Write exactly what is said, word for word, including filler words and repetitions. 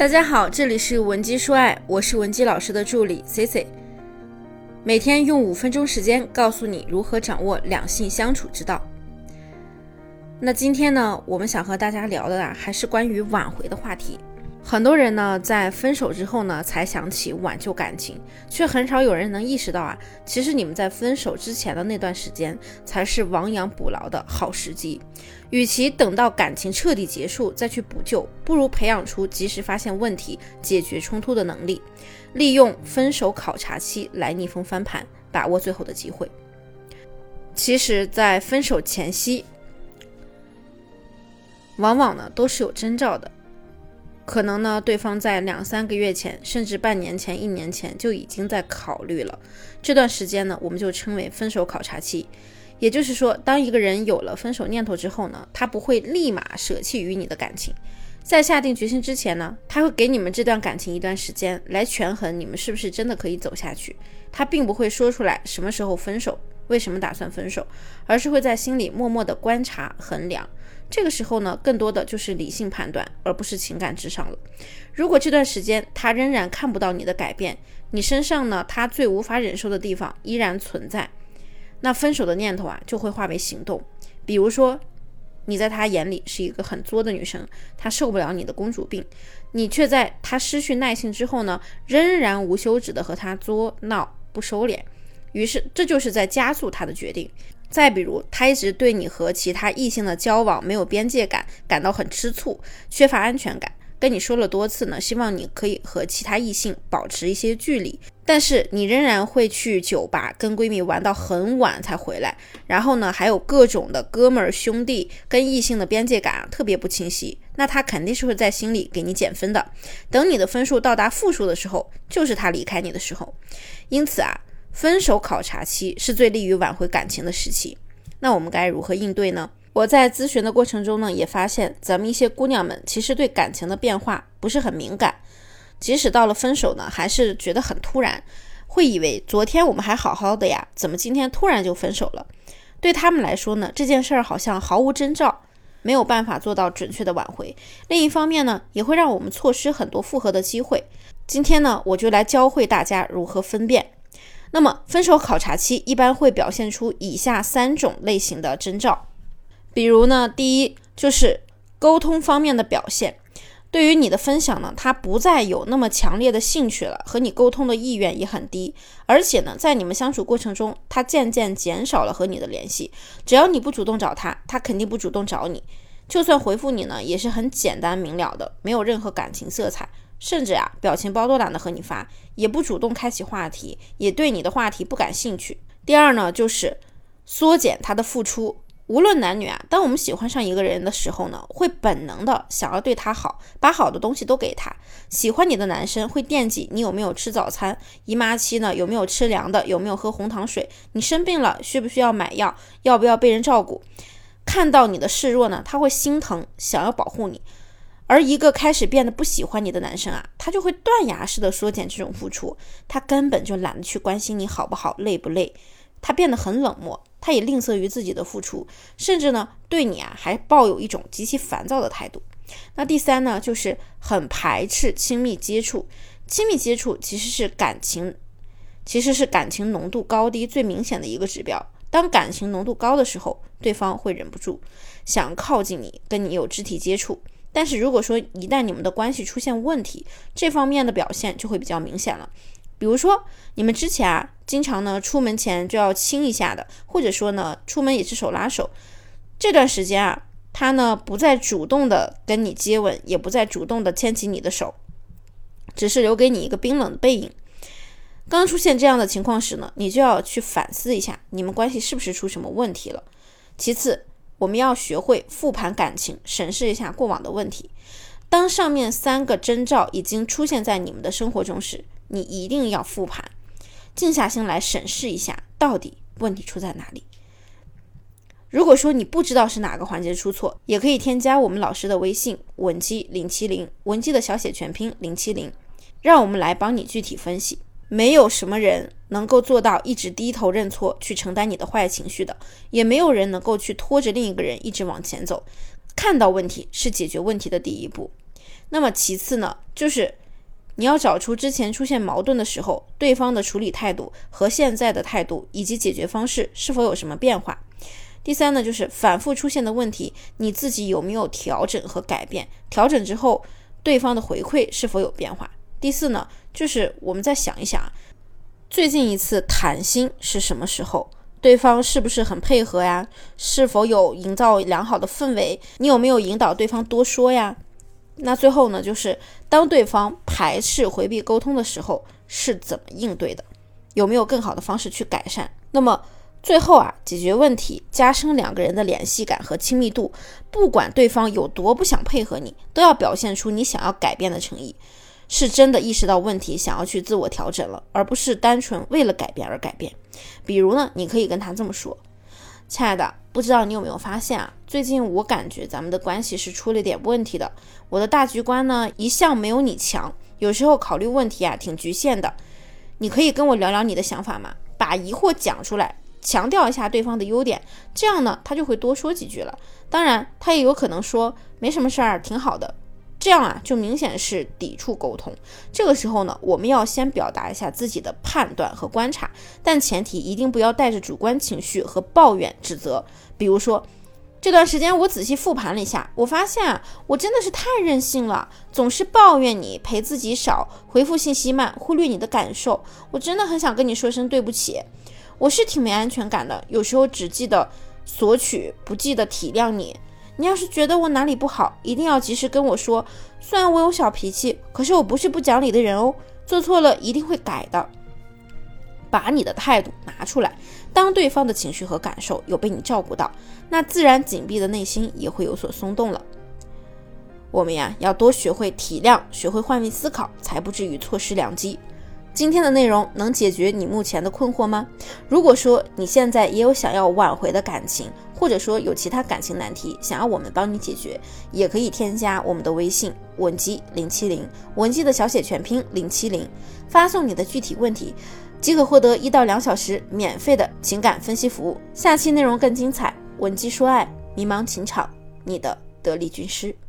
大家好，这里是文姬说爱，我是文姬老师的助理 C C， 每天用五分钟时间告诉你如何掌握两性相处之道。那今天呢，我们想和大家聊的啊，还是关于挽回的话题。很多人呢，在分手之后呢，才想起挽救感情，却很少有人能意识到啊，其实你们在分手之前的那段时间，才是亡羊补牢的好时机。与其等到感情彻底结束再去补救，不如培养出及时发现问题、解决冲突的能力，利用分手考察期来逆风翻盘，把握最后的机会。其实，在分手前夕，往往呢都是有征兆的。可能呢，对方在两三个月前，甚至半年前、一年前就已经在考虑了。这段时间呢，我们就称为分手考察期。也就是说，当一个人有了分手念头之后呢，他不会立马舍弃于你的感情。在下定决心之前呢，他会给你们这段感情一段时间，来权衡你们是不是真的可以走下去。他并不会说出来什么时候分手，为什么打算分手，而是会在心里默默的观察衡量。这个时候呢，更多的就是理性判断，而不是情感至上了。如果这段时间他仍然看不到你的改变，你身上呢他最无法忍受的地方依然存在，那分手的念头啊就会化为行动。比如说，你在他眼里是一个很作的女生，他受不了你的公主病，你却在他失去耐性之后呢，仍然无休止的和他作闹不收敛，于是这就是在加速他的决定。再比如，他一直对你和其他异性的交往没有边界感，感到很吃醋，缺乏安全感，跟你说了多次呢，希望你可以和其他异性保持一些距离，但是你仍然会去酒吧跟闺蜜玩到很晚才回来，然后呢还有各种的哥们儿兄弟，跟异性的边界感、啊、特别不清晰，那他肯定是会在心里给你减分的。等你的分数到达负数的时候，就是他离开你的时候。因此啊，分手考察期是最利于挽回感情的时期。那我们该如何应对呢？我在咨询的过程中呢，也发现咱们一些姑娘们其实对感情的变化不是很敏感，即使到了分手呢，还是觉得很突然，会以为昨天我们还好好的呀，怎么今天突然就分手了？对他们来说呢，这件事儿好像毫无征兆，没有办法做到准确的挽回。另一方面呢，也会让我们错失很多复合的机会。今天呢，我就来教会大家如何分辨。那么分手考察期一般会表现出以下三种类型的征兆。比如呢，第一就是沟通方面的表现，对于你的分享呢，他不再有那么强烈的兴趣了，和你沟通的意愿也很低，而且呢，在你们相处过程中，他渐渐减少了和你的联系。只要你不主动找他，他肯定不主动找你，就算回复你呢，也是很简单明了的，没有任何感情色彩，甚至啊，表情包都懒得和你发，也不主动开启话题，也对你的话题不感兴趣。第二呢，就是缩减他的付出。无论男女啊，当我们喜欢上一个人的时候呢，会本能的想要对他好，把好的东西都给他。喜欢你的男生会惦记你有没有吃早餐，姨妈期呢有没有吃凉的，有没有喝红糖水，你生病了需不需要买药，要不要被人照顾。看到你的示弱呢，他会心疼，想要保护你。而一个开始变得不喜欢你的男生啊，他就会断崖式的缩减这种付出，他根本就懒得去关心你好不好，累不累，他变得很冷漠，他也吝啬于自己的付出，甚至呢对你啊还抱有一种极其烦躁的态度。那第三呢，就是很排斥亲密接触。亲密接触其实是感情其实是感情浓度高低最明显的一个指标。当感情浓度高的时候，对方会忍不住想靠近你，跟你有肢体接触。但是如果说一旦你们的关系出现问题，这方面的表现就会比较明显了。比如说你们之前啊，经常呢出门前就要亲一下的，或者说呢出门也是手拉手，这段时间啊，他呢不再主动的跟你接吻，也不再主动的牵起你的手，只是留给你一个冰冷的背影。刚出现这样的情况时呢，你就要去反思一下，你们关系是不是出什么问题了。其次，我们要学会复盘感情，审视一下过往的问题。当上面三个征兆已经出现在你们的生活中时，你一定要复盘，静下心来审视一下，到底问题出在哪里。如果说你不知道是哪个环节出错，也可以添加我们老师的微信文姬零七零，文姬的小写全拼零七零，让我们来帮你具体分析。没有什么人能够做到一直低头认错去承担你的坏情绪的，也没有人能够去拖着另一个人一直往前走。看到问题是解决问题的第一步。 那么其次呢，就是你要找出之前出现矛盾的时候，对方的处理态度和现在的态度以及解决方式是否有什么变化。第三呢，就是反复出现的问题，你自己有没有调整和改变，调整之后对方的回馈是否有变化。第四呢，就是我们再想一想，最近一次谈心是什么时候，对方是不是很配合呀？是否有营造良好的氛围？你有没有引导对方多说呀？那最后呢，就是当对方排斥回避沟通的时候是怎么应对的，有没有更好的方式去改善。那么最后啊，解决问题，加深两个人的联系感和亲密度，不管对方有多不想配合你，都要表现出你想要改变的诚意，是真的意识到问题，想要去自我调整了，而不是单纯为了改变而改变。比如呢，你可以跟他这么说：亲爱的，不知道你有没有发现啊，最近我感觉咱们的关系是出了点问题的，我的大局观呢一向没有你强，有时候考虑问题啊挺局限的，你可以跟我聊聊你的想法吗？把疑惑讲出来，强调一下对方的优点，这样呢他就会多说几句了。当然他也有可能说没什么事儿，挺好的，这样啊就明显是抵触沟通。这个时候呢，我们要先表达一下自己的判断和观察，但前提一定不要带着主观情绪和抱怨指责。比如说，这段时间我仔细复盘了一下，我发现啊，我真的是太任性了，总是抱怨你陪自己少，回复信息慢，忽略你的感受，我真的很想跟你说声对不起。我是挺没安全感的，有时候只记得索取，不记得体谅你。你要是觉得我哪里不好，一定要及时跟我说，虽然我有小脾气，可是我不是不讲理的人哦，做错了一定会改的。把你的态度拿出来，当对方的情绪和感受有被你照顾到，那自然紧闭的内心也会有所松动了。我们呀，要多学会体谅，学会换位思考，才不至于错失良机。今天的内容能解决你目前的困惑吗？如果说你现在也有想要挽回的感情，或者说有其他感情难题想要我们帮你解决，也可以添加我们的微信文姬零七零，文姬的小写全拼零七零，发送你的具体问题，即可获得一到两小时免费的情感分析服务。下期内容更精彩，文姬说爱，迷茫情场，你的得力军师。